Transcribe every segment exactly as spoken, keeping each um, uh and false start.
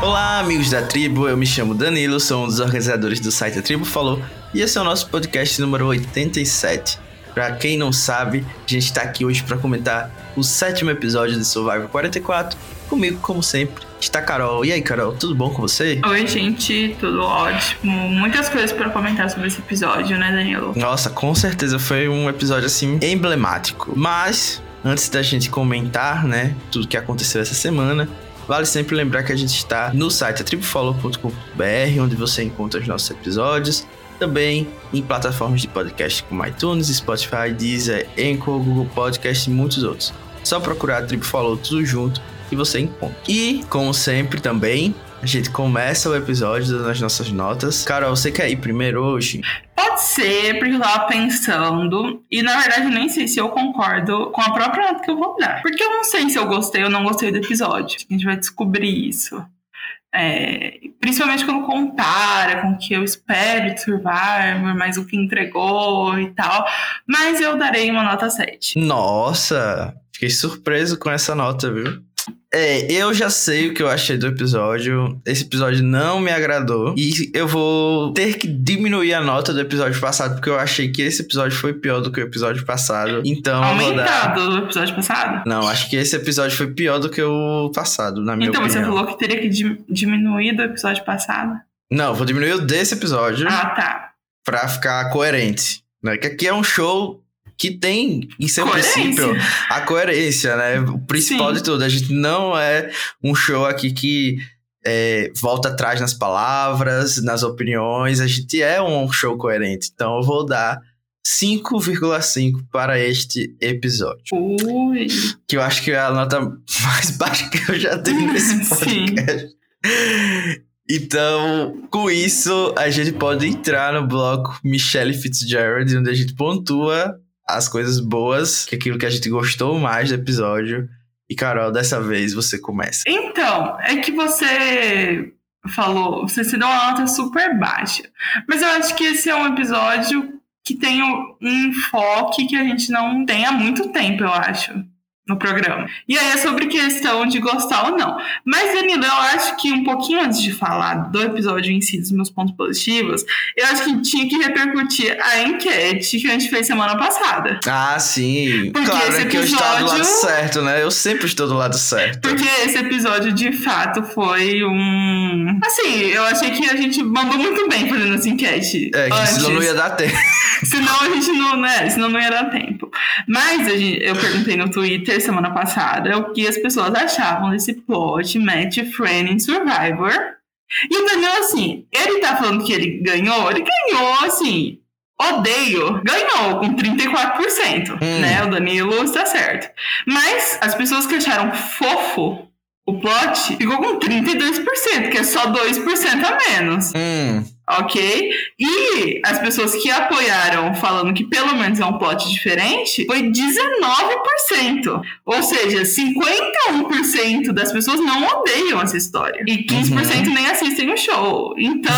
Olá, amigos da tribo, eu me chamo Danilo, sou um dos organizadores do site A Tribo Falou e esse é o nosso podcast número oitenta e sete. Pra quem não sabe, a gente tá aqui hoje pra comentar o sétimo episódio de Survivor quarenta e quatro. Comigo, como sempre, está a Carol. E aí, Carol, tudo bom com você? Oi, gente, tudo ótimo. Muitas coisas pra comentar sobre esse episódio, né, Danilo? Nossa, com certeza foi um episódio, assim, emblemático. Mas, antes da gente comentar, né, tudo que aconteceu essa semana, vale sempre lembrar que a gente está no site a tribo follow ponto com ponto b r, onde você encontra os nossos episódios. Também em plataformas de podcast como iTunes, Spotify, Deezer, Anchor, Google Podcast e muitos outros. Só procurar a Tribo Falou tudo junto que você encontra. E, como sempre também, a gente começa o episódio nas nossas notas. Carol, você quer ir primeiro hoje? Pode ser, porque eu tava pensando, e na verdade eu nem sei se eu concordo com a própria nota que eu vou dar. Porque eu não sei se eu gostei ou não gostei do episódio. A gente vai descobrir isso. É, principalmente quando compara com o que eu espero de Survivor, mas o que entregou e tal. Mas eu darei uma nota sete. Nossa, fiquei surpreso com essa nota, viu? É, eu já sei o que eu achei do episódio. Esse episódio não me agradou. E eu vou ter que diminuir a nota do episódio passado, porque eu achei que esse episódio foi pior do que o episódio passado. Então, aumentado eu vou dar... do episódio passado? Não, acho que esse episódio foi pior do que o passado, na minha então, opinião. Então, você falou que teria que di- diminuir do episódio passado? Não, eu vou diminuir o desse episódio. Ah, tá. Pra ficar coerente, né? Que aqui é um show que tem, em seu princípio, a coerência, né? O principal Sim. de tudo. A gente não é um show aqui que é, volta atrás nas palavras, nas opiniões. A gente é um show coerente. Então eu vou dar cinco vírgula cinco para este episódio. Ui. Que eu acho que é a nota mais baixa que eu já tenho nesse podcast. Sim. Então, com isso, a gente pode entrar no bloco Michelle Fitzgerald, onde a gente pontua as coisas boas, que é aquilo que a gente gostou mais do episódio. E, Carol, dessa vez você começa. Então, é que você falou, você se deu uma nota super baixa. Mas eu acho que esse é um episódio que tem um enfoque que a gente não tem há muito tempo, eu acho, no programa. E aí é sobre questão de gostar ou não. Mas, Danilo, eu acho que um pouquinho antes de falar do episódio em si, dos meus pontos positivos, eu acho que tinha que repercutir a enquete que a gente fez semana passada. Ah, sim. Porque claro, esse é que episódio... eu estou do lado certo, né? Eu sempre estou do lado certo. Porque esse episódio, de fato, foi um... Assim, eu achei que a gente mandou muito bem fazendo essa enquete. É, que antes. senão não ia dar tempo. Senão a gente não, né? Senão não ia dar tempo. Mas a gente, eu perguntei no Twitter semana passada o que as pessoas achavam desse plot Matt e Fran em Survivor. E o Danilo, assim, ele tá falando que ele ganhou, ele ganhou, assim, odeio, ganhou com trinta e quatro por cento, hum. né? O Danilo está certo. Mas as pessoas que acharam fofo o plot ficou com trinta e dois por cento, que é só dois por cento a menos. Hum. Ok? E as pessoas que apoiaram, falando que pelo menos é um plot diferente, foi dezenove por cento. Ou seja, cinquenta e um por cento das pessoas não odeiam essa história. E quinze por cento uhum. nem assistem o show. Então...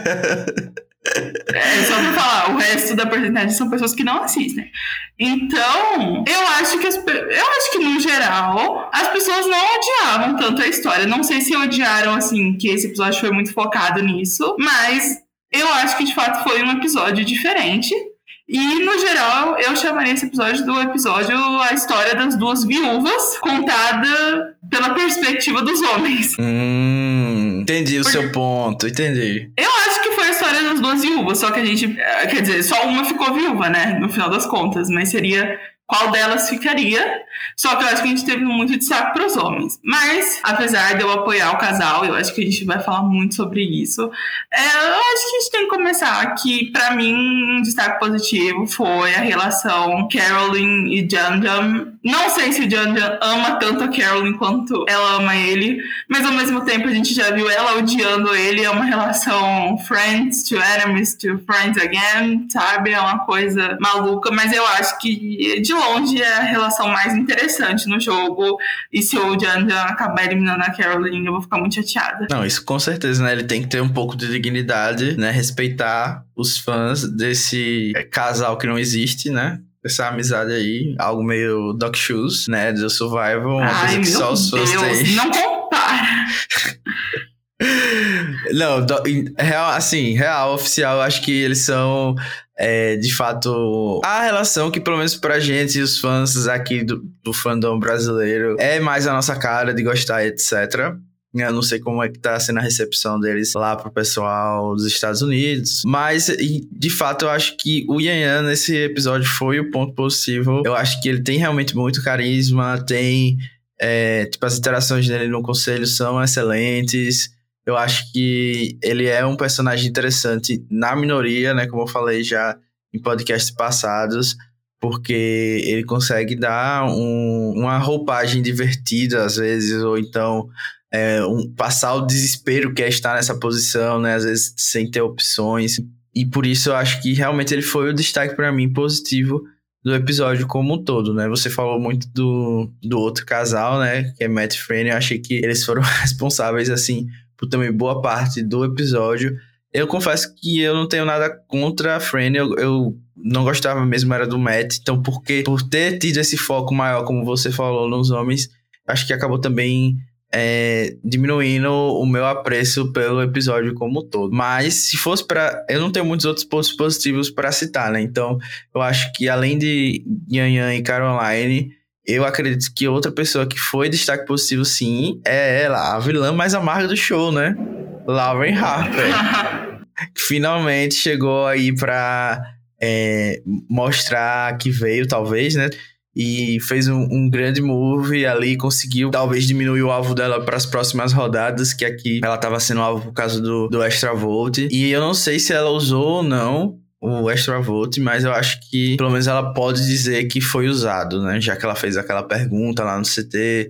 É, só pra falar, o resto da porcentagem são pessoas que não assistem. Então, eu acho que as, eu acho que no geral as pessoas não odiavam tanto a história. Não sei se odiaram, assim, que esse episódio foi muito focado nisso, mas eu acho que de fato foi um episódio diferente. E, no geral, eu chamaria esse episódio do episódio A História das Duas Viúvas, contada pela perspectiva dos homens. Hum, entendi o Porque seu ponto, entendi. Eu acho que foi a história das duas viúvas, só que a gente... Quer dizer, só uma ficou viúva, né? No final das contas, mas seria... Qual delas ficaria? Só que eu acho que a gente teve muito destaque para os homens. Mas, apesar de eu apoiar o casal, eu acho que a gente vai falar muito sobre isso. É, eu acho que a gente tem que começar que, para mim, um destaque positivo foi a relação Carolyn e Jam Jam. Não sei se o Jam Jam ama tanto a Carolyn quanto ela ama ele, mas ao mesmo tempo a gente já viu ela odiando ele. É uma relação friends to enemies to friends again, sabe? É uma coisa maluca, mas eu acho que de longe é a relação mais interessante no jogo. E se o Jan Jan acabar eliminando a Carolyn, eu vou ficar muito chateada. Não, isso com certeza, né? Ele tem que ter um pouco de dignidade, né? Respeitar os fãs desse casal que não existe, né? Essa amizade aí, algo meio Doc Shoes, né? Do Survival, uma Ai, coisa que só os fãs têm. Não compara! Não, do, real, assim, real, oficial, eu acho que eles são, é, de fato, a relação que, pelo menos pra gente, os fãs aqui do, do fandom brasileiro, é mais a nossa cara de gostar, etcétera. Eu não sei como é que tá sendo a recepção deles lá pro pessoal dos Estados Unidos. Mas, de fato, eu acho que o Yan Yan nesse episódio foi o ponto positivo. Eu acho que ele tem realmente muito carisma, tem... É, tipo, as interações dele no conselho são excelentes. Eu acho que ele é um personagem interessante na minoria, né? Como eu falei já em podcasts passados. Porque ele consegue dar um, uma roupagem divertida, às vezes, ou então... É, um, passar o desespero que é estar nessa posição, né? Às vezes sem ter opções. E por isso eu acho que realmente ele foi o destaque pra mim positivo do episódio como um todo, né? Você falou muito do, do outro casal, né? Que é Matt e Franny. Eu achei que eles foram responsáveis, assim, por também boa parte do episódio. Eu confesso que eu não tenho nada contra a Franny. Eu, eu não gostava mesmo, era do Matt. Então, porque, por ter tido esse foco maior, como você falou, nos homens, acho que acabou também... É, diminuindo o meu apreço pelo episódio como um todo. Mas se fosse pra... Eu não tenho muitos outros pontos positivos pra citar, né? Então eu acho que além de Yan Yan e Caroline, eu acredito que outra pessoa que foi destaque positivo sim é ela, a vilã mais amarga do show, né? Lauren Harper. Que finalmente chegou aí pra é, mostrar que veio, talvez, né? E fez um, um grande move ali, conseguiu talvez diminuir o alvo dela para as próximas rodadas, que aqui ela estava sendo alvo por causa do, do Extra Volt. E eu não sei se ela usou ou não o Extra Volt, mas eu acho que pelo menos ela pode dizer que foi usado, né? Já que ela fez aquela pergunta lá no C T,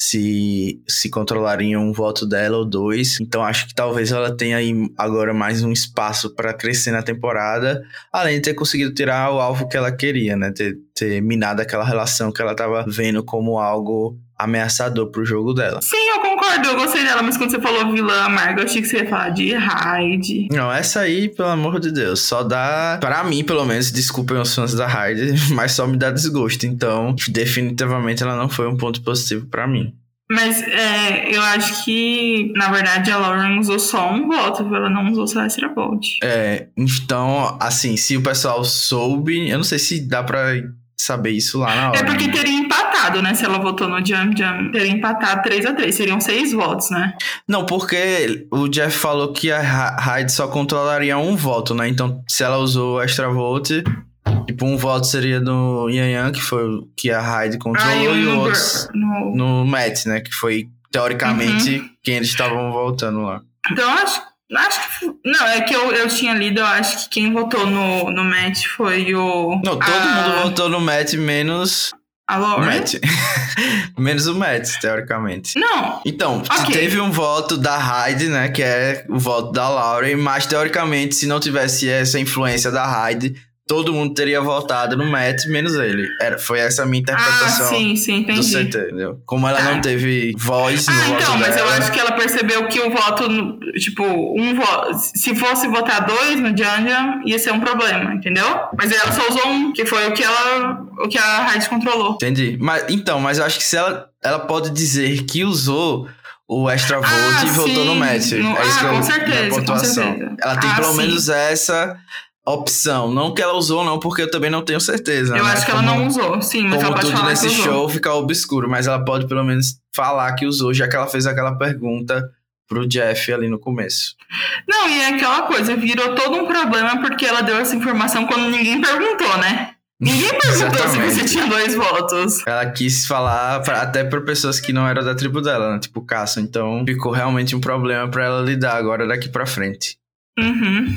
se, se controlariam um voto dela ou dois. Então acho que talvez ela tenha aí agora mais um espaço para crescer na temporada, além de ter conseguido tirar o alvo que ela queria, né? Ter, ter minado aquela relação que ela tava vendo como algo ameaçador pro jogo dela. Sim, eu concordo, eu gostei dela, mas quando você falou vilã amarga, eu achei que você ia falar de Hyde. Não, essa aí, pelo amor de Deus, só dá, pra mim pelo menos, desculpem os fãs da Hyde, mas só me dá desgosto, então definitivamente ela não foi um ponto positivo pra mim. Mas é, eu acho que, na verdade, a Lauren usou só um voto, ela não usou só Extra Volt. É, então, assim, se o pessoal soube, eu não sei se dá pra saber isso lá na hora. É porque teria empatado, né? Se ela votou no Jam Jam, teria empatado três a três, seriam seis votos, né? Não, porque o Jeff falou que a Hyde só controlaria um voto, né? Então, se ela usou o Extra Volt, tipo, um voto seria do Yan Yan, que foi o que a Hyde controlou, ah, e o outro no... no Matt, né? Que foi, teoricamente, uhum. quem eles estavam votando lá. Então, acho, acho que... Não, é que eu, eu tinha lido, eu acho que quem votou no, no Matt foi o... Não, todo a... mundo votou no Matt, menos... A Lauren? O Matt. Menos o Matt, teoricamente. Não. Então, okay. teve um voto da Hyde, né? Que é o voto da Lauren. Mas, teoricamente, se não tivesse essa influência da Hyde, todo mundo teria votado no Matt, menos ele. Era, foi essa a minha interpretação. Ah, sim, sim, entendi. Do C T, entendeu? Como ela ah. não teve voz no ah, voto então, dela. Mas eu acho que ela percebeu que o voto, tipo, um voto... Se fosse votar dois no Jam Jam, ia ser um problema, entendeu? Mas ela só usou um, que foi o que ela... O que a Hyde controlou. Entendi. Mas, então, mas eu acho que se ela... Ela pode dizer que usou o Extra Volt ah, e votou no Matt. No, é isso ah, que eu, com certeza, pontuação. com certeza. Ela tem ah, pelo sim. menos essa... opção, não que ela usou não, porque eu também não tenho certeza. Eu né? acho que como, ela não usou, sim, mas como ela pode tudo falar nesse que show usou. fica obscuro, mas ela pode pelo menos falar que usou, já que ela fez aquela pergunta pro Jeff ali no começo. Não, e é aquela coisa, virou todo um problema porque ela deu essa informação quando ninguém perguntou, né? Ninguém perguntou se você tinha dois votos. Ela quis falar pra, até para pessoas que não eram da tribo dela, né? Tipo Casso, então ficou realmente um problema pra ela lidar agora daqui pra frente. Uhum.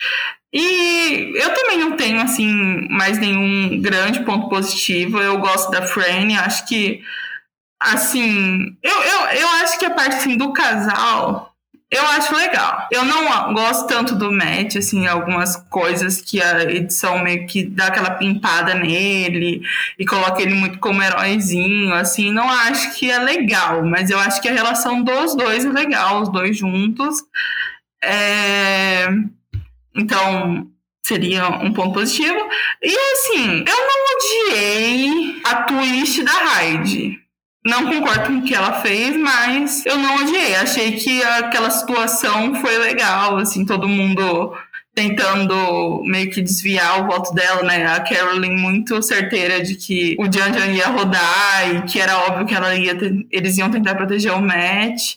E eu também não tenho, assim, mais nenhum grande ponto positivo. Eu gosto da Franny, acho que, assim... Eu, eu, eu acho que a parte, assim, do casal, eu acho legal. Eu não gosto tanto do Matt, assim, algumas coisas que a edição meio que dá aquela pimpada nele e coloca ele muito como heróizinho, assim. Não acho que é legal, mas eu acho que a relação dos dois é legal, os dois juntos. É... Então, seria um ponto positivo. E, assim, eu não odiei a twist da Hyde. Não concordo com o que ela fez, mas eu não odiei. Achei que aquela situação foi legal, assim, todo mundo tentando meio que desviar o voto dela, né? A Carolyn muito certeira de que o Jan Jan ia rodar e que era óbvio que ela ia ter, eles iam tentar proteger o Matt.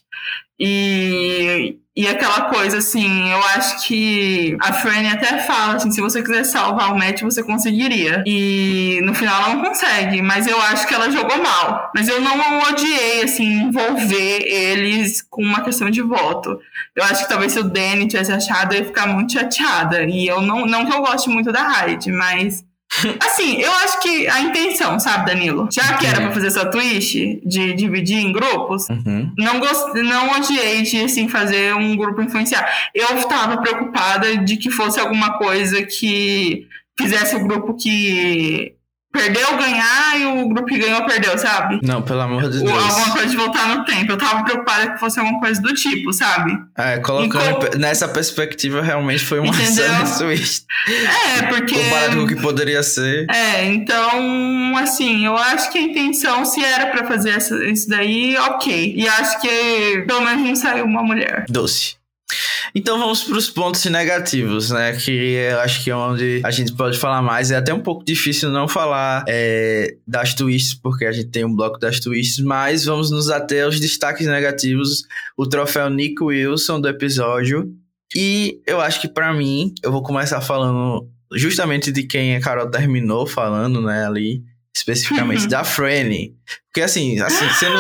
E, e aquela coisa, assim, eu acho que a Franny até fala, assim, se você quiser salvar o Matt, você conseguiria. E no final ela não consegue, mas eu acho que ela jogou mal. Mas eu não odiei, assim, envolver eles com uma questão de voto. Eu acho que talvez se o Danny tivesse achado, eu ia ficar muito chateada. E eu não, não que eu goste muito da Hyde, mas... Assim, eu acho que a intenção, sabe, Danilo? Já que era pra fazer essa twist de dividir em grupos, uhum. não, gost... não odiei de, assim, fazer um grupo influenciar. Eu tava preocupada de que fosse alguma coisa que fizesse o grupo que perdeu ganhar e o grupo que ganhou perdeu, sabe? Não, pelo amor de Ou Deus. alguma coisa de voltar no tempo. Eu tava preocupada que fosse alguma coisa do tipo, sabe? É, colocando com... nessa perspectiva, realmente foi uma excelente twist. É, porque... comparado com o que poderia ser. É, então, assim, eu acho que a intenção, se era pra fazer essa, isso daí, ok. E acho que pelo menos não saiu uma mulher. Doce. Então vamos para os pontos negativos, né? Que eu acho que é onde a gente pode falar mais. É até um pouco difícil não falar é, das twists, porque a gente tem um bloco das twists, mas vamos nos ater aos destaques negativos. O troféu Nick Wilson do episódio. E eu acho que pra mim, eu vou começar falando justamente de quem a Carol terminou falando, né? Ali, especificamente da Franny. Porque assim, assim sendo...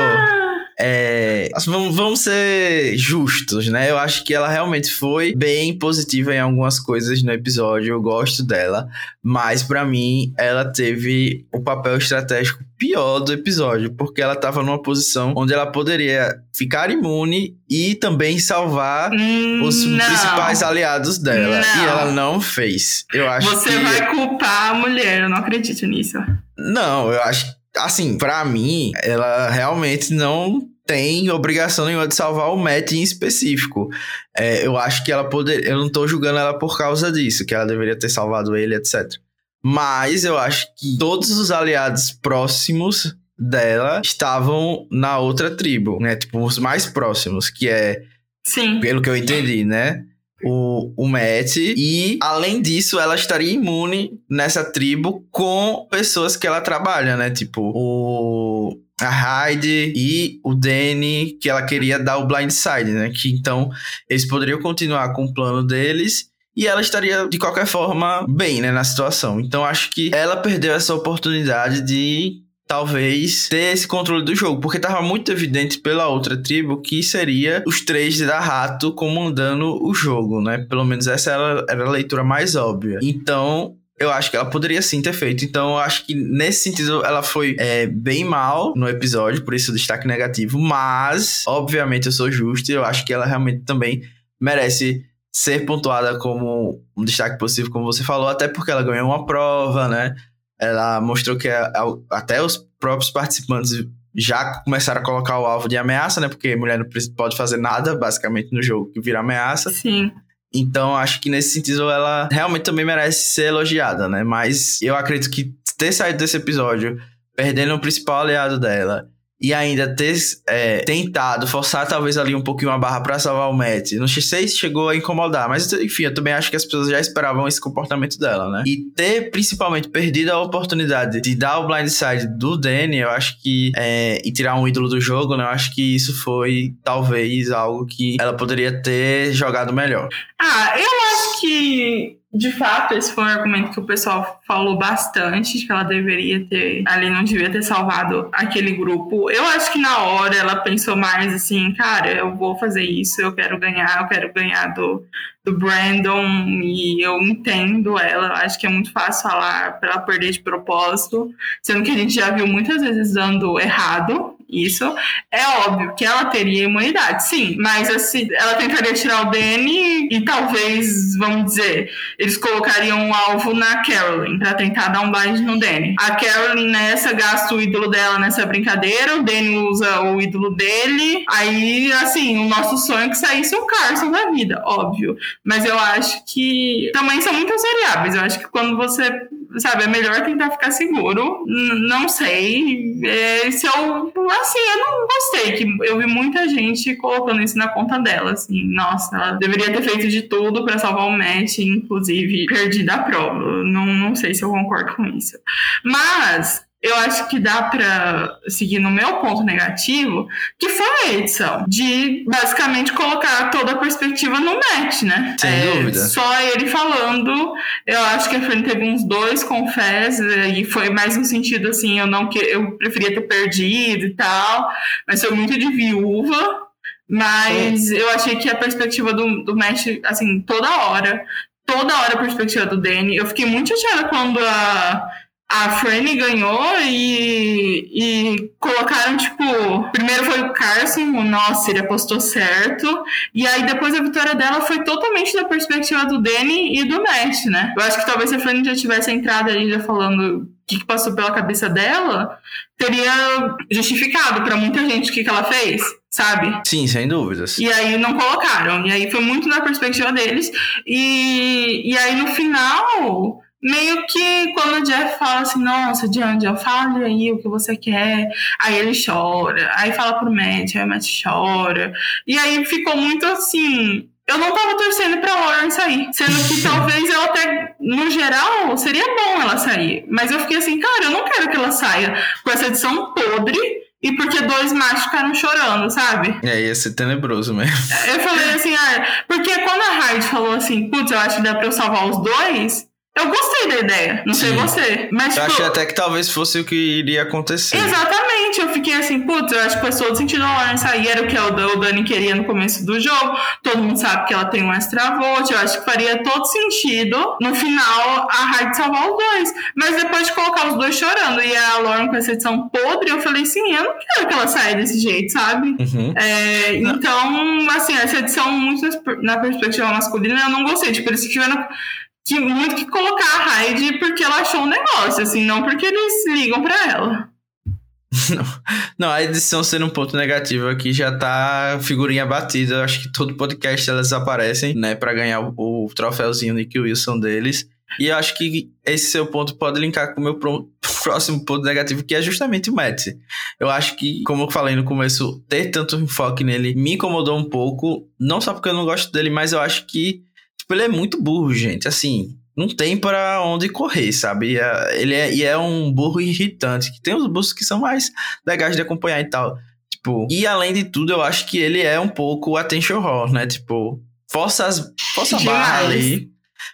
É, vamos, vamos ser justos, né? Eu acho que ela realmente foi bem positiva em algumas coisas no episódio. Eu gosto dela. Mas pra mim, ela teve o papel estratégico pior do episódio. Porque ela tava numa posição onde ela poderia ficar imune e também salvar hum, os não. principais aliados dela. Não. E ela não fez. Eu acho Você que... vai culpar a mulher. Eu não acredito nisso. Não, eu acho que assim, pra mim, ela realmente não tem obrigação nenhuma de salvar o Matt em específico. É, eu acho que ela poderia... Eu não tô julgando ela por causa disso, que ela deveria ter salvado ele, etcétera. Mas eu acho que todos os aliados próximos dela estavam na outra tribo, né? Tipo, os mais próximos, que é... Sim. Pelo que eu entendi, né? O, o Matt, e além disso ela estaria imune nessa tribo com pessoas que ela trabalha, né, tipo o, a Hyde e o Danny, que ela queria dar o blindside, né, que então eles poderiam continuar com o plano deles e ela estaria de qualquer forma bem, né, na situação. Então acho que ela perdeu essa oportunidade de talvez ter esse controle do jogo, porque tava muito evidente pela outra tribo que seria os três da Rato comandando o jogo, né? Pelo menos essa era, era a leitura mais óbvia. Então, eu acho que ela poderia sim ter feito. Então, eu acho que nesse sentido ela foi é, bem mal no episódio, por isso o destaque negativo, mas, obviamente, eu sou justo e eu acho que ela realmente também merece ser pontuada como um destaque positivo, como você falou, até porque ela ganhou uma prova, né? Ela mostrou que a, a, até os próprios participantes já começaram a colocar o alvo de ameaça, né? Porque mulher não pode fazer nada, basicamente, no jogo que vira ameaça. Sim. Então, acho que nesse sentido ela realmente também merece ser elogiada, né? Mas eu acredito que ter saído desse episódio perdendo o principal aliado dela e ainda ter é, tentado forçar talvez ali um pouquinho a barra pra salvar o Matt, não sei se chegou a incomodar, mas enfim, eu também acho que as pessoas já esperavam esse comportamento dela, né? E ter principalmente perdido a oportunidade de dar o blindside do Danny, eu acho que é, e tirar um ídolo do jogo, né? Eu acho que isso foi talvez algo que ela poderia ter jogado melhor. Ah, eu acho que de fato, esse foi um argumento que o pessoal falou bastante, que ela deveria ter, ali não devia ter salvado aquele grupo. Eu acho que na hora ela pensou mais assim, cara, eu vou fazer isso, eu quero ganhar, eu quero ganhar do, do Brandon, e eu entendo ela, eu acho que é muito fácil falar pra ela perder de propósito, sendo que a gente já viu muitas vezes dando errado. Isso é óbvio que ela teria imunidade, sim, mas assim, ela tentaria tirar o Danny e talvez, vamos dizer, eles colocariam um alvo na Carolyn pra tentar dar um blind no Danny. A Carolyn nessa gasta o ídolo dela nessa brincadeira, o Danny usa o ídolo dele, aí assim, o nosso sonho é que saísse o Carson da vida, óbvio, mas eu acho que também são muitas variáveis. Eu acho que quando você sabe, é melhor tentar ficar seguro. N- não sei. É, se eu, assim, eu não gostei, que eu vi muita gente colocando isso na conta dela, assim, nossa, ela deveria ter feito de tudo pra salvar o match, inclusive perdido a prova. Não, não sei se eu concordo com isso. Mas eu acho que dá pra seguir no meu ponto negativo, que foi a edição, de basicamente colocar toda a perspectiva no match, né? Sem é, dúvida. Só ele falando, eu acho que a Fran teve uns dois confess, e foi mais no sentido assim, eu não que eu preferia ter perdido e tal, mas foi muito de viúva, mas eu achei que a perspectiva do, do match, assim, toda hora, toda hora a perspectiva do Danny, eu fiquei muito chateada quando a A Franny ganhou e, e colocaram, tipo... Primeiro foi o Carson, nossa, ele apostou certo. E aí depois a vitória dela foi totalmente da perspectiva do Danny e do Matt, né? Eu acho que talvez se a Franny já tivesse entrado ali já falando o que, que passou pela cabeça dela, teria justificado pra muita gente o que, que ela fez, sabe? Sim, sem dúvidas. E aí não colocaram. E aí foi muito na perspectiva deles. E, e aí no final... Meio que quando o Jeff fala assim, nossa, D'Angelo, fale aí o que você quer. Aí ele chora. Aí fala pro Matt, aí o Matt chora. E aí ficou muito assim... Eu não tava torcendo pra Lauren sair. Sendo que talvez ela até, no geral, seria bom ela sair. Mas eu fiquei assim, cara, eu não quero que ela saia com essa edição podre e porque dois machos ficaram chorando, sabe? É, ia ser tenebroso mesmo. Eu falei assim, ah, porque quando a Hyde falou assim, putz, eu acho que dá pra eu salvar os dois... Eu gostei da ideia, não sei você. Mas, eu tipo, achei até que talvez fosse o que iria acontecer. Exatamente, eu fiquei assim, putz, eu acho que faz todo sentido a Lauren sair, era o que o Dani queria no começo do jogo, todo mundo sabe que ela tem um extra vote, eu acho que faria todo sentido, no final, a Hyde salvar os dois. Mas depois de colocar os dois chorando e a Lauren com essa edição podre, eu falei assim, eu não quero que ela saia desse jeito, sabe? Uhum. É, então, assim, essa edição muito na perspectiva masculina, eu não gostei, tipo, eles tiveram... que muito que colocar a Hyde porque ela achou um negócio, assim, não porque eles ligam pra ela. Não, não, a edição sendo um ponto negativo aqui já tá figurinha batida. Eu acho que todo podcast elas aparecem, né, pra ganhar o, o troféuzinho Nick Wilson deles. E eu acho que esse seu ponto pode linkar com o meu pro, próximo ponto negativo, que é justamente o Matt. Eu acho que, como eu falei no começo, ter tanto enfoque nele me incomodou um pouco, não só porque eu não gosto dele, mas eu acho que ele é muito burro, gente. Assim, não tem pra onde correr, sabe? Ele é, e é um burro irritante. Que tem os burros que são mais legais de acompanhar e tal. Tipo, e além de tudo, eu acho que ele é um pouco attention whore, né? Tipo, força, as, força a barra ali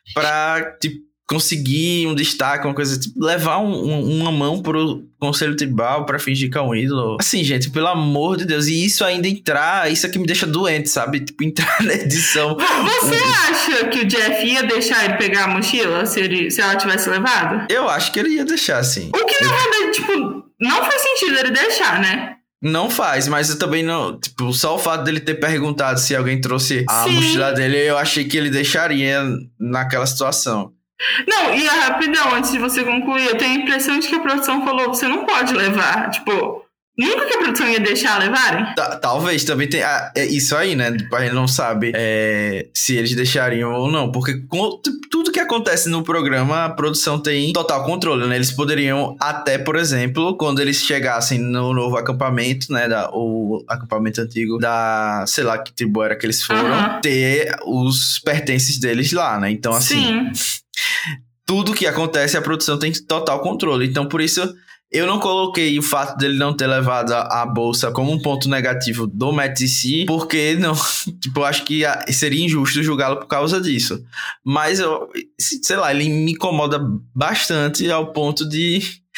pra, tipo, conseguir um destaque, uma coisa, tipo, levar um, um, uma mão pro conselho tribal pra fingir que é um ídolo. Assim, gente, pelo amor de Deus. E isso ainda entrar, isso aqui me deixa doente, sabe? Tipo, entrar na edição. Você um... acha que o Jeff ia deixar ele pegar a mochila se, ele, se ela tivesse levado? Eu acho que ele ia deixar, sim. O que, na verdade, tipo, não faz sentido ele deixar, né? Não faz, mas eu também não... Tipo, só o fato dele ter perguntado se alguém trouxe a sim. mochila dele, eu achei que ele deixaria naquela situação. Não, e rapidão, antes de você concluir, eu tenho a impressão de que a produção falou, você não pode levar, tipo, nunca que a produção ia deixar levarem? T- talvez, também tem ah, é isso aí, né, a gente não sabe é, se eles deixariam ou não, porque com t- tudo que acontece no programa, a produção tem total controle, né, eles poderiam até, por exemplo, quando eles chegassem no novo acampamento, né, da, o acampamento antigo da, sei lá que tribo era que eles foram, uh-huh. ter os pertences deles lá, né, então assim... Sim. Tudo que acontece, a produção tem total controle. Então, por isso, eu não coloquei o fato dele não ter levado a, a bolsa como um ponto negativo do Matt em si, porque não, tipo, eu acho que seria injusto julgá-lo por causa disso. Mas, eu, sei lá, ele me incomoda bastante ao ponto de...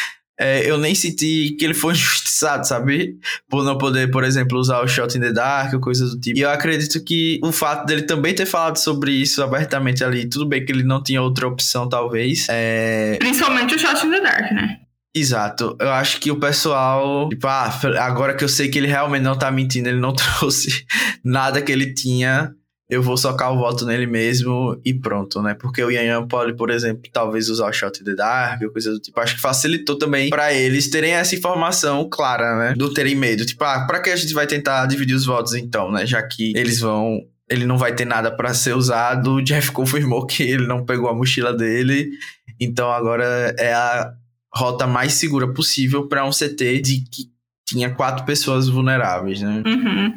É, eu nem senti que ele foi injustiçado, sabe? Por não poder, por exemplo, usar o Shot in the Dark ou coisas do tipo. E eu acredito que o fato dele também ter falado sobre isso abertamente ali, tudo bem que ele não tinha outra opção, talvez. É... Principalmente o Shot in the Dark, né? Exato. Eu acho que o pessoal... Tipo, ah, agora que eu sei que ele realmente não tá mentindo, ele não trouxe nada que ele tinha... Eu vou socar o voto nele mesmo e pronto, né? Porque o Yan pode, por exemplo, talvez usar o Shot in the Dark ou coisa do tipo. Acho que facilitou também pra eles terem essa informação clara, né? Não terem medo. Tipo, ah, pra que a gente vai tentar dividir os votos então, né? Já que eles vão... Ele não vai ter nada pra ser usado. O Jeff confirmou que ele não pegou a mochila dele. Então agora é a rota mais segura possível para um C T de que tinha quatro pessoas vulneráveis, né? Uhum.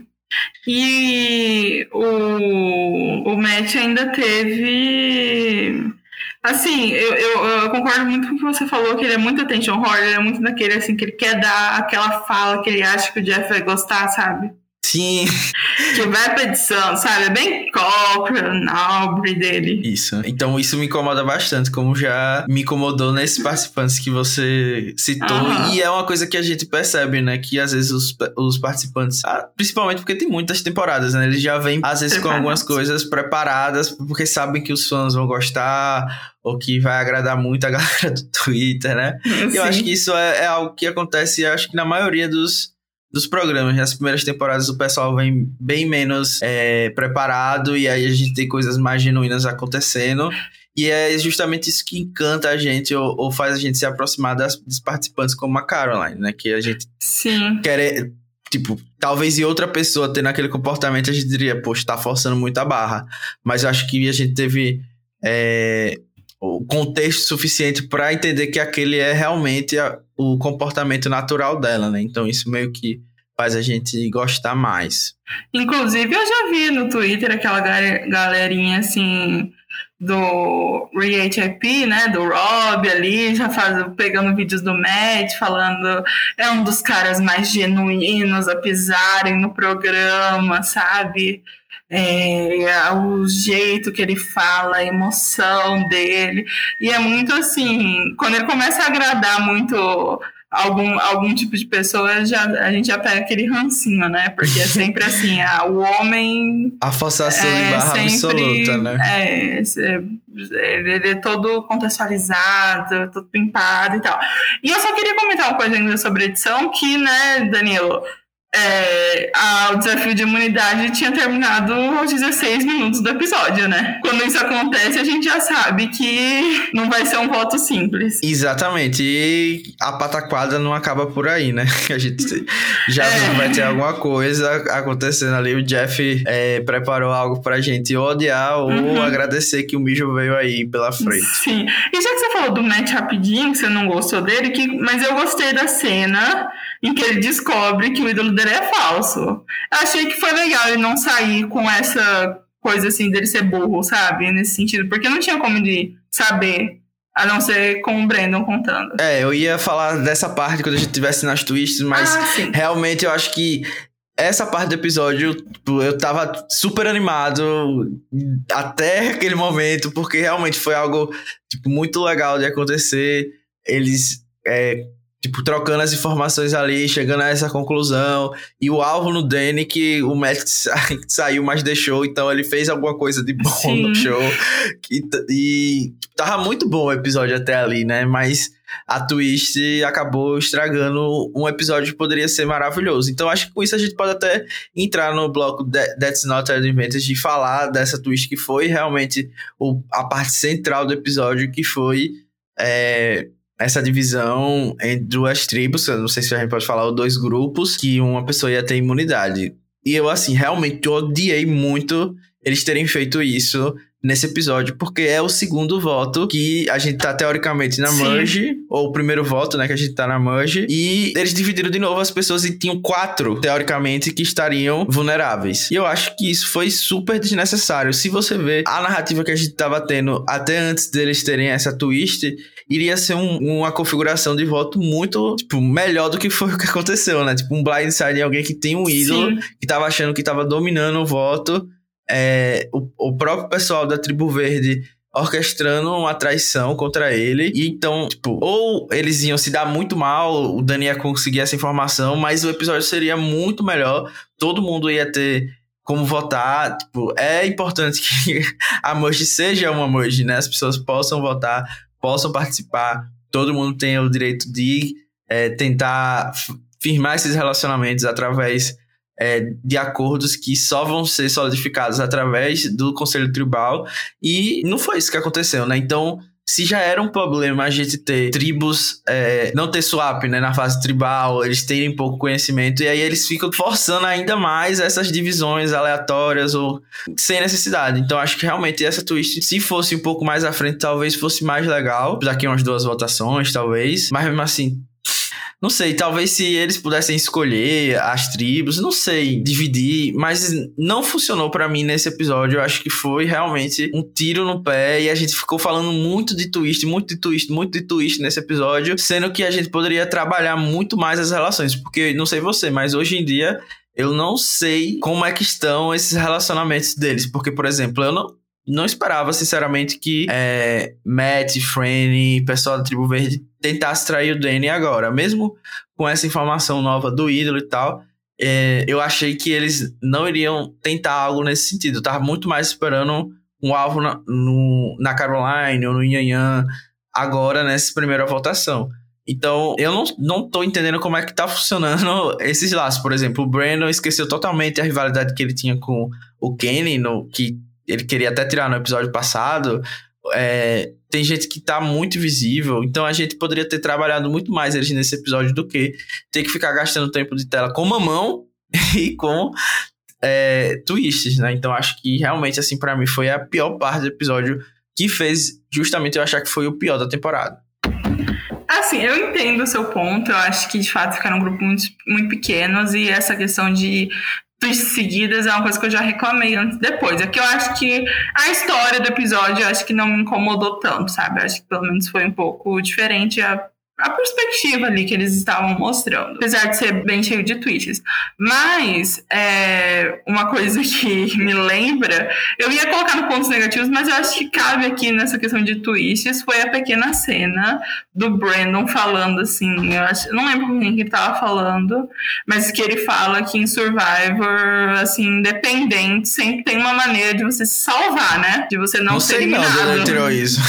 E o, o Matt ainda teve... Assim, eu, eu, eu concordo muito com o que você falou, que ele é muito attention horror, ele é muito daquele, assim, que ele quer dar aquela fala que ele acha que o Jeff vai gostar, sabe? Sim. Que vai pra edição, sabe? É bem Cochran, Aubrey dele. Isso. Então isso me incomoda bastante, como já me incomodou nesses participantes que você citou. Uhum. E é uma coisa que a gente percebe, né? Que às vezes os, os participantes, ah, principalmente porque tem muitas temporadas, né? Eles já vêm, às vezes, Preparados. com algumas coisas preparadas, porque sabem que os fãs vão gostar, ou que vai agradar muito a galera do Twitter, né? Sim. Eu acho que isso é, é algo que acontece, acho que na maioria dos... dos programas. Nas primeiras temporadas o pessoal vem bem menos é, preparado, e aí a gente tem coisas mais genuínas acontecendo, e é justamente isso que encanta a gente ou, ou faz a gente se aproximar das, dos participantes como a Caroline, né? Que a gente Sim. quer, tipo, talvez em outra pessoa tendo aquele comportamento a gente diria, poxa, tá forçando muito a barra, mas eu acho que a gente teve é, o contexto suficiente para entender que aquele é realmente a, o comportamento natural dela, né? Então isso meio que faz a gente gostar mais. Inclusive eu já vi no Twitter aquela galerinha assim do Re-H I P, né, do Rob ali, já faz, pegando vídeos do Matt, falando é um dos caras mais genuínos a pisarem no programa, sabe? É, o jeito que ele fala, a emoção dele, e é muito assim, quando ele começa a agradar muito algum, algum tipo de pessoa, já, a gente já pega aquele rancinho, né? Porque é sempre assim, ah, o homem... A forçação é, de barra sempre, absoluta, né? É, ele é todo contextualizado, todo pimpado e tal. E eu só queria comentar uma coisa ainda sobre a edição, que, né, Danilo... É, a, o desafio de imunidade tinha terminado aos dezesseis minutos do episódio, né? Quando isso acontece, a gente já sabe que não vai ser um voto simples. Exatamente. E a pataquada não acaba por aí, né? A gente já é. vai ter alguma coisa acontecendo ali. O Jeff é, preparou algo pra gente odiar ou uhum. agradecer que o mijo veio aí pela frente. Sim. E já que você falou do Matt rapidinho, que você não gostou dele, que, mas eu gostei da cena em que ele descobre que o ídolo dele é falso. Eu achei que foi legal ele não sair com essa coisa assim dele ser burro, sabe? Nesse sentido, porque não tinha como ele saber, a não ser com o Brandon contando. É, eu ia falar dessa parte quando a gente estivesse nas twists, mas ah, realmente eu acho que essa parte do episódio eu tava super animado até aquele momento, porque realmente foi algo tipo, muito legal de acontecer. Eles... É, tipo, trocando as informações ali, chegando a essa conclusão. E o alvo no Danny, que o Matt saiu, mas deixou. Então ele fez alguma coisa de bom Sim. no show. E, e tava muito bom o episódio até ali, né? Mas a twist acabou estragando um episódio que poderia ser maravilhoso. Então acho que com isso a gente pode até entrar no bloco That's Not Advantage e falar dessa twist que foi realmente o, a parte central do episódio, que foi... É, essa divisão entre duas tribos, eu não sei se a gente pode falar, ou dois grupos, que uma pessoa ia ter imunidade. E eu, assim, realmente odiei muito eles terem feito isso nesse episódio, porque é o segundo voto que a gente tá teoricamente na merge, Sim. ou o primeiro voto, né, que a gente tá na merge, e eles dividiram de novo as pessoas e tinham quatro, teoricamente, que estariam vulneráveis. E eu acho que isso foi super desnecessário. Se você ver a narrativa que a gente tava tendo até antes deles terem essa twist, iria ser um, uma configuração de voto muito, tipo, melhor do que foi o que aconteceu, né? Tipo, um blindside em alguém que tem um ídolo, Sim. que tava achando que tava dominando o voto. É, o, o próprio pessoal da Tribo Verde orquestrando uma traição contra ele. E então, tipo, ou eles iam se dar muito mal, o Dani ia conseguir essa informação, mas o episódio seria muito melhor, todo mundo ia ter como votar. Tipo, é importante que a merge seja uma merge, né? As pessoas possam votar, possam participar, todo mundo tem o direito de é, tentar firmar esses relacionamentos através é, de acordos que só vão ser solidificados através do Conselho Tribal, e não foi isso que aconteceu, né? Então, se já era um problema a gente ter tribos, é, não ter swap, né, na fase tribal, eles terem pouco conhecimento, e aí eles ficam forçando ainda mais essas divisões aleatórias ou sem necessidade. Então acho que realmente essa twist, se fosse um pouco mais à frente, talvez fosse mais legal, daqui umas duas votações, talvez, mas mesmo assim, não sei, talvez se eles pudessem escolher as tribos, não sei, dividir, mas não funcionou pra mim nesse episódio. Eu acho que foi realmente um tiro no pé e a gente ficou falando muito de twist, muito de twist, muito de twist nesse episódio, sendo que a gente poderia trabalhar muito mais as relações, porque, não sei você, mas hoje em dia eu não sei como é que estão esses relacionamentos deles, porque, por exemplo, eu não Não esperava, sinceramente, que é, Matt, Franny, pessoal da Tribo Verde tentasse trair o Danny agora. Mesmo com essa informação nova do ídolo e tal, é, eu achei que eles não iriam tentar algo nesse sentido. Eu tava muito mais esperando um alvo na, no, na Caroline ou no Yan Yan agora nessa primeira votação. Então, eu não, não tô entendendo como é que tá funcionando esses laços. Por exemplo, o Brandon esqueceu totalmente a rivalidade que ele tinha com o Kenny, no, que ele queria até tirar no episódio passado. É, tem gente que tá muito visível, então a gente poderia ter trabalhado muito mais eles nesse episódio do que ter que ficar gastando tempo de tela com mamão e com é, twists, né? Então acho que realmente, assim, pra mim foi a pior parte do episódio, que fez justamente eu achar que foi o pior da temporada. Assim, eu entendo o seu ponto. Eu acho que de fato ficaram grupos muito, muito pequenos, e essa questão de twists seguidas é uma coisa que eu já reclamei antes e depois. É que eu acho que a história do episódio, eu acho que não me incomodou tanto, sabe? Eu acho que pelo menos foi um pouco diferente a, a perspectiva ali que eles estavam mostrando, apesar de ser bem cheio de twists. Mas é, uma coisa que me lembra, eu ia colocar no pontos negativos, mas eu acho que cabe aqui nessa questão de twists, foi a pequena cena do Brandon falando assim, eu, acho, eu não lembro com quem que ele tava falando, mas que ele fala que em Survivor, assim, independente, sempre tem uma maneira de você se salvar, né? De você não, não ser sei eliminado. Não, não tirou isso.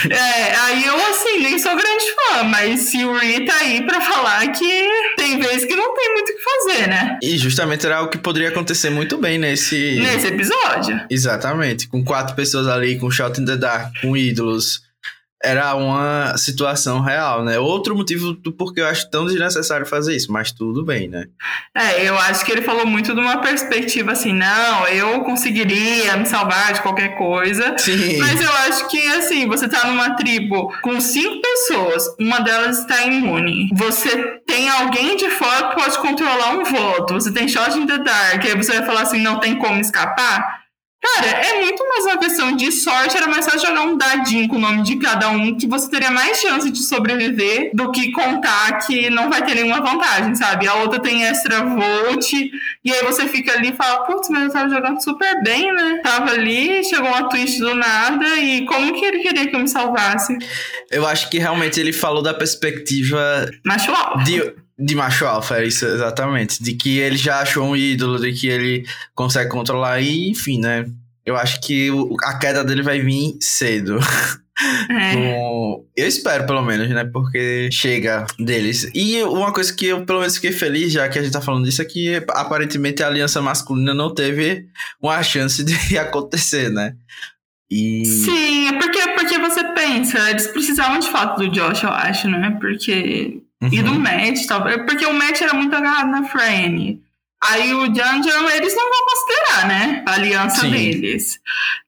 É, aí eu, assim, nem sou grande fã, mas se o Ree tá aí pra falar que tem vezes que não tem muito o que fazer, né? E justamente era o que poderia acontecer muito bem nesse... Nesse episódio. Exatamente. Com quatro pessoas ali, com Shot in the Dark, com ídolos. Era uma situação real, né? Outro motivo do porquê eu acho tão desnecessário fazer isso, mas tudo bem, né? É, eu acho que ele falou muito de uma perspectiva assim, não, eu conseguiria me salvar de qualquer coisa. Sim. Mas eu acho que, assim, você tá numa tribo com cinco pessoas, uma delas está imune. Você tem alguém de fora que pode controlar um voto. Você tem Shot in the Dark, aí você vai falar assim, não tem como escapar? Cara, é muito mais uma questão de sorte. Era mais fácil jogar um dadinho com o nome de cada um, que você teria mais chance de sobreviver do que contar que não vai ter nenhuma vantagem, sabe? A outra tem extra volt, e aí você fica ali e fala, putz, mas eu tava jogando super bem, né? Tava ali, chegou uma twist do nada, e como que ele queria que eu me salvasse? Eu acho que realmente ele falou da perspectiva... Macho alfa. De... De macho alfa, é isso, exatamente. De que ele já achou um ídolo, de que ele consegue controlar, e enfim, né? Eu acho que o, a queda dele vai vir cedo. É. Com... Eu espero, pelo menos, né? Porque chega deles. E uma coisa que eu, pelo menos, fiquei feliz, já que a gente tá falando disso, é que aparentemente a aliança masculina não teve uma chance de acontecer, né? E... Sim, é porque, porque você pensa, eles precisavam de fato do Josh, eu acho, né? Porque... Uhum. E do Matt, talvez. Porque o Matt era muito agarrado na Franny. Aí o Janjan, eles não vão considerar, né? A aliança Sim. deles.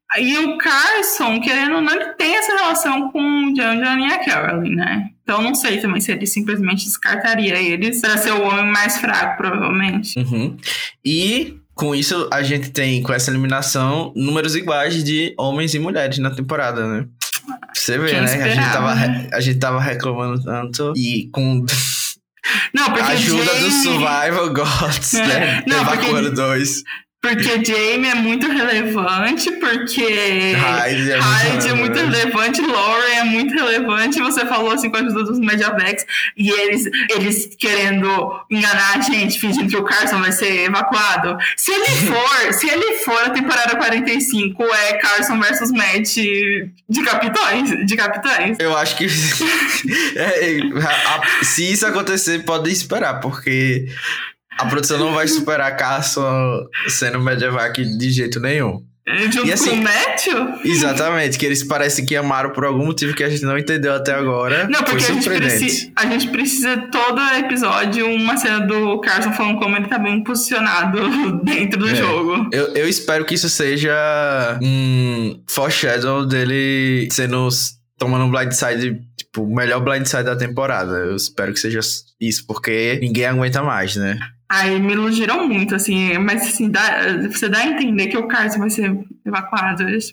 E o Carson, querendo ou não, ele tem essa relação com o Janjan e a Caroline, né? Então não sei também se ele simplesmente descartaria eles pra ser o homem mais fraco, provavelmente. Uhum. E... Com isso, a gente tem, com essa eliminação, números iguais de homens e mulheres na temporada, né? Você vê, Quem né? Esperava, a, gente tava, né? a gente tava reclamando tanto e com não, porque a ajuda Jamie... do Survival Gods, é. né? Não, Evacuando dois. Porque Jamie é muito relevante, porque Hyde é, Hyde é muito relevante, Lauren é muito relevante. Você falou assim com a ajuda dos Mediavacs, e eles, eles querendo enganar a gente, fingindo que o Carson vai ser evacuado. Se ele for, se ele for a temporada quarenta e cinco, é Carson versus Matt de capitães, de capitães. Eu acho que é, a, se isso acontecer, pode esperar, porque a produção não vai superar Carson sendo Mediavac de jeito nenhum. Junto E assim, com o Matthew? Exatamente, que eles parecem que amaram por algum motivo que a gente não entendeu até agora. Não, porque Foi a gente, surpreendente. precisa, a gente precisa, todo episódio, uma cena do Carson falando como ele tá bem posicionado dentro do É. jogo. Eu, eu espero que isso seja um foreshadow dele sendo, tomando um blindside, tipo, o melhor blindside da temporada. Eu espero que seja isso, porque ninguém aguenta mais, né? Aí me iludiram muito, assim, mas assim, dá, você dá a entender que o Carson vai ser evacuado. Isso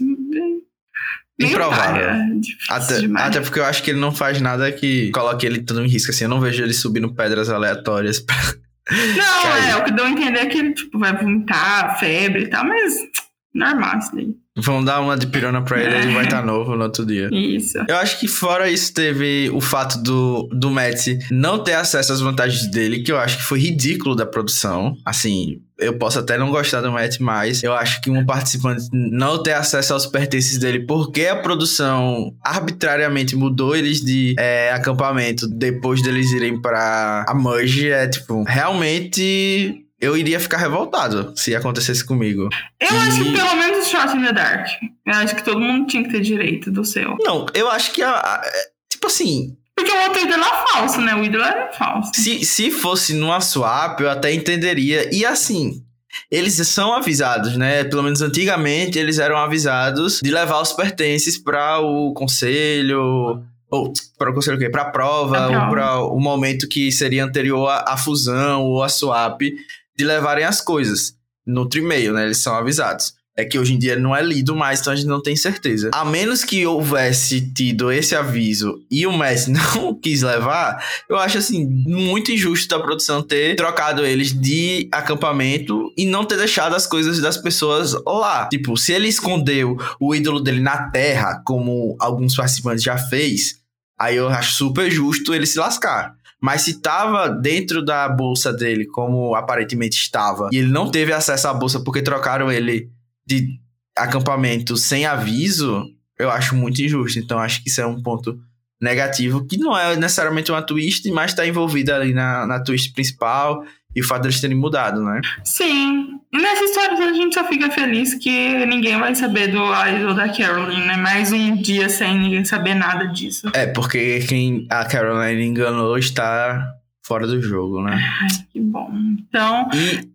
é Improvável. difícil Até, demais. até porque eu acho que ele não faz nada que coloque ele tudo em risco, assim. Eu não vejo ele subindo pedras aleatórias pra... Não, Caiu. é, o que deu a entender é que ele tipo, vai vomitar, febre e tal, mas normal isso daí. Vão dar uma de pirona pra ele, É. ele vai estar novo no outro dia. Isso. Eu acho que fora isso teve o fato do, do Matt não ter acesso às vantagens dele, que eu acho que foi ridículo da produção. Assim, eu posso até não gostar do Matt, mas eu acho que um participante não ter acesso aos pertences dele porque a produção arbitrariamente mudou eles de é, acampamento depois deles irem pra a Merge é tipo, realmente... Eu iria ficar revoltado se acontecesse comigo. Eu E- acho que pelo menos o Shot in the Dark. Eu acho que todo mundo tinha que ter direito do seu. Não, eu acho que a, a- tipo assim, Porque o outro ídolo é falso, né? O ídolo era falso. se, se fosse numa swap, eu até entenderia. E assim, eles são avisados, né? Pelo menos antigamente eles eram avisados de levar os pertences para o conselho. Ou para o conselho o quê? Para a prova, Pra ou prova. para o momento que seria anterior à, à fusão ou à swap, de levarem as coisas no e-mail, né? Eles são avisados. É que hoje em dia não é lido mais, então a gente não tem certeza. A menos que houvesse tido esse aviso e o Messi não quis levar, eu acho, assim, muito injusto da produção ter trocado eles de acampamento e não ter deixado as coisas das pessoas lá. Tipo, se ele escondeu o ídolo dele na terra, como alguns participantes já fez, aí eu acho super justo ele se lascar. Mas se tava dentro da bolsa dele, como aparentemente estava, e ele não teve acesso à bolsa porque trocaram ele de acampamento sem aviso, eu acho muito injusto. Então acho que isso é um ponto negativo, que não é necessariamente uma twist, mas tá envolvida ali na, na twist principal e o fato deles terem mudado, né? Sim. E nessa história a gente só fica feliz que ninguém vai saber do ídolo da Caroline, né? Mais um dia sem ninguém saber nada disso. É, porque quem a Caroline enganou está fora do jogo, né? Ai, que bom. Então, E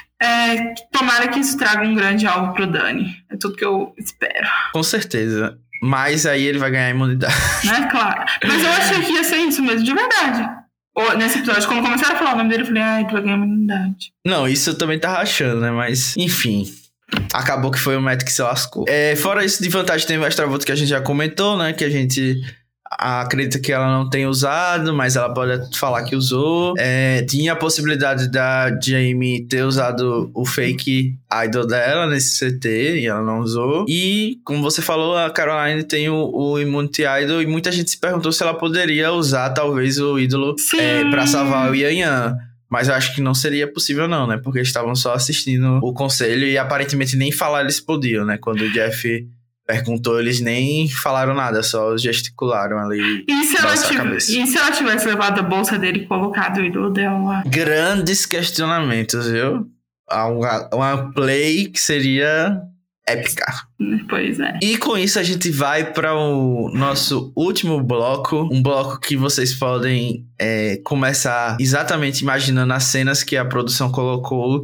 é, tomara que isso traga um grande alvo pro Dani. É tudo que eu espero. com certeza. Mas aí ele vai ganhar imunidade. Né? Claro. Mas eu achei que ia ser isso mesmo, de verdade. Ou, nesse episódio, quando começaram a falar o nome dele, eu falei, ai, tu vai ganhar imunidade. Não, isso eu também tava achando, né? Mas, enfim. Acabou que foi o Matt que se lascou. É, fora isso, de vantagem tem o Extravoto que a gente já comentou, né? Que a gente acredita que ela não tem usado, mas ela pode falar que usou. É, tinha a possibilidade da Jamie ter usado o fake idol dela nesse C T e ela não usou. E, como você falou, a Caroline tem o, o Immunity Idol e muita gente se perguntou se ela poderia usar talvez o ídolo é, pra salvar o Yan Yan. Mas eu acho que não seria possível não, né? Porque eles estavam só assistindo o conselho e aparentemente nem falar eles podiam, né? Quando o Jeff perguntou, eles nem falaram nada, só gesticularam ali. E se, ela balançaram a tiv- cabeça. e se ela tivesse levado a bolsa dele e colocado o ídolo dela lá? Grandes questionamentos, viu? Uma, uma play que seria épica. Pois é. E com isso a gente vai para o nosso último bloco. Um bloco que vocês podem é, começar exatamente imaginando as cenas que a produção colocou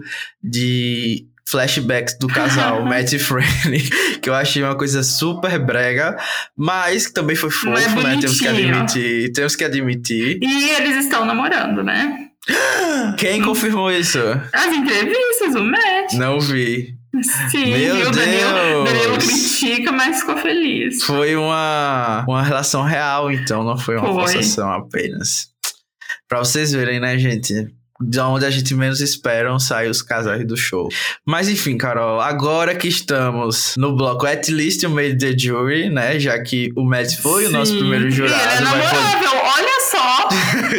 de flashbacks do casal Matt e Franny, que eu achei uma coisa super brega, mas que também foi Mas fofo, né? Temos que bonitinho. admitir. Temos que admitir. E eles estão namorando, né? Quem confirmou isso? As entrevistas, o Matt. Não vi. Sim, Meu e o Danilo, Deus. Danilo critica, mas ficou feliz. Foi uma, uma relação real, então, não foi uma Foi. forçação apenas. Pra vocês verem, né, gente? De onde a gente menos esperam sair os casais do show. Mas enfim, Carol, agora que estamos no bloco At Least You Made the Jury, né? Já que o Matt foi o nosso Sim. primeiro jurado. Ele é vai poder- namorável, olha só.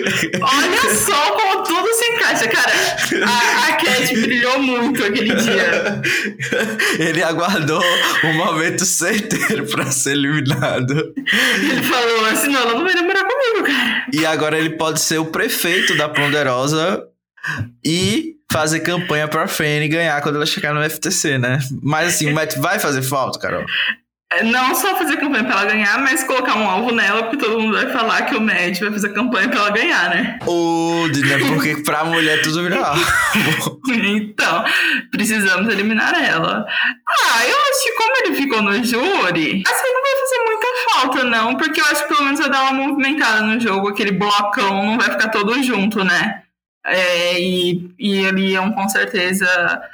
Olha só como tudo se encaixa. Cara, a, a Cat brilhou muito aquele dia. Ele aguardou o momento certeiro pra ser eliminado. Ele falou assim, não, ela não vai namorar comigo, cara. E agora ele pode ser o prefeito da Ponderosa E fazer campanha pra Fanny ganhar quando ela chegar no F T C, né? Mas assim, o Matt vai fazer falta, Carol? Não só fazer campanha pra ela ganhar, mas colocar um alvo nela, porque todo mundo vai falar que o Matt vai fazer campanha pra ela ganhar, né? Ou, né? Porque pra mulher tudo vira alvo. Então, precisamos eliminar ela. Ah, eu acho que como ele ficou no júri, assim, não vai fazer muita falta, não, porque eu acho que pelo menos vai dar uma movimentada no jogo, aquele blocão não vai ficar todo junto, né? É, e, e eles iam com certeza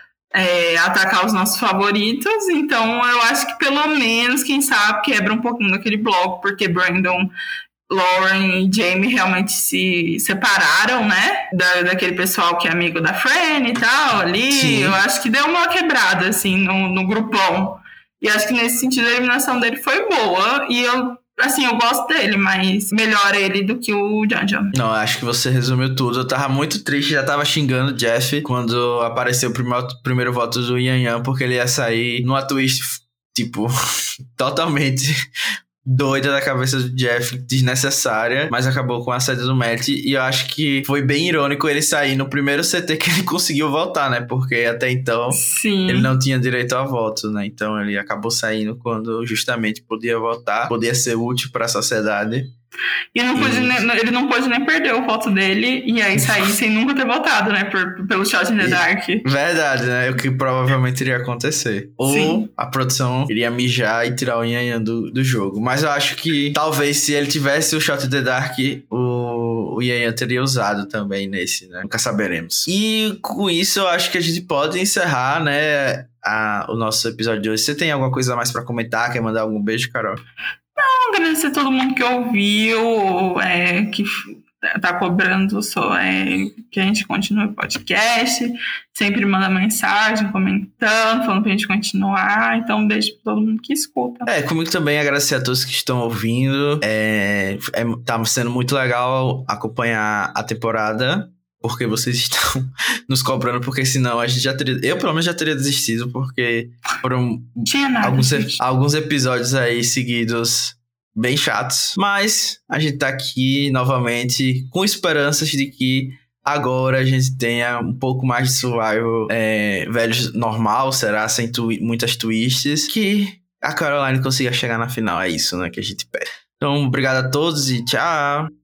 é, atacar os nossos favoritos, então eu acho que pelo menos, quem sabe, quebra um pouquinho daquele bloco, porque Brandon, Lauren e Jamie realmente se separaram, né, da, daquele pessoal que é amigo da Fran e tal, ali. Sim. Eu acho que deu uma quebrada, assim, no, no grupão, e acho que nesse sentido a eliminação dele foi boa, e eu assim, eu gosto dele, mas melhor ele do que o Janjan. Não, acho que você resumiu tudo. Eu tava muito triste, já tava xingando o Jeff quando apareceu o primeiro, primeiro voto do Yan Yan, porque ele ia sair numa twist, tipo, totalmente doida da cabeça do Jeff, desnecessária, mas acabou com a saída do Matt, e eu acho que foi bem irônico ele sair no primeiro C T que ele conseguiu votar, né, porque até então Sim. ele não tinha direito a voto, né, então ele acabou saindo quando justamente podia votar, podia ser útil para a sociedade. E não pôde, e... Nem, ele não pôde nem perder o voto dele e aí sair sem nunca ter votado, né? Por, pelo Shot in the Dark. Verdade, né? O que provavelmente iria acontecer. Ou Sim. a produção iria mijar e tirar o Yan Yan do, do jogo. Mas eu acho que talvez se ele tivesse o Shot in the Dark, o, o Yan Yan teria usado também nesse, né? Nunca saberemos. E com isso eu acho que a gente pode encerrar, né? A, o nosso episódio de hoje. Você tem alguma coisa mais pra comentar? Quer mandar algum beijo, Carol? Não, agradecer a todo mundo que ouviu, é, que tá cobrando só, é, que a gente continue o podcast, sempre manda mensagem, comentando, falando pra gente continuar. Então, um beijo pra todo mundo que escuta. É, comigo também agradecer a todos que estão ouvindo. É, é, tá sendo muito legal acompanhar a temporada, porque vocês estão nos cobrando, porque senão a gente já teria... Eu, pelo menos, já teria desistido, porque foram nada, alguns, alguns episódios aí seguidos bem chatos. Mas a gente tá aqui novamente com esperanças de que agora a gente tenha um pouco mais de survival é, velho normal, será? Sem twi- muitas twists. Que a Caroline consiga chegar na final. É isso, né, que a gente pede. Então, obrigado a todos e tchau!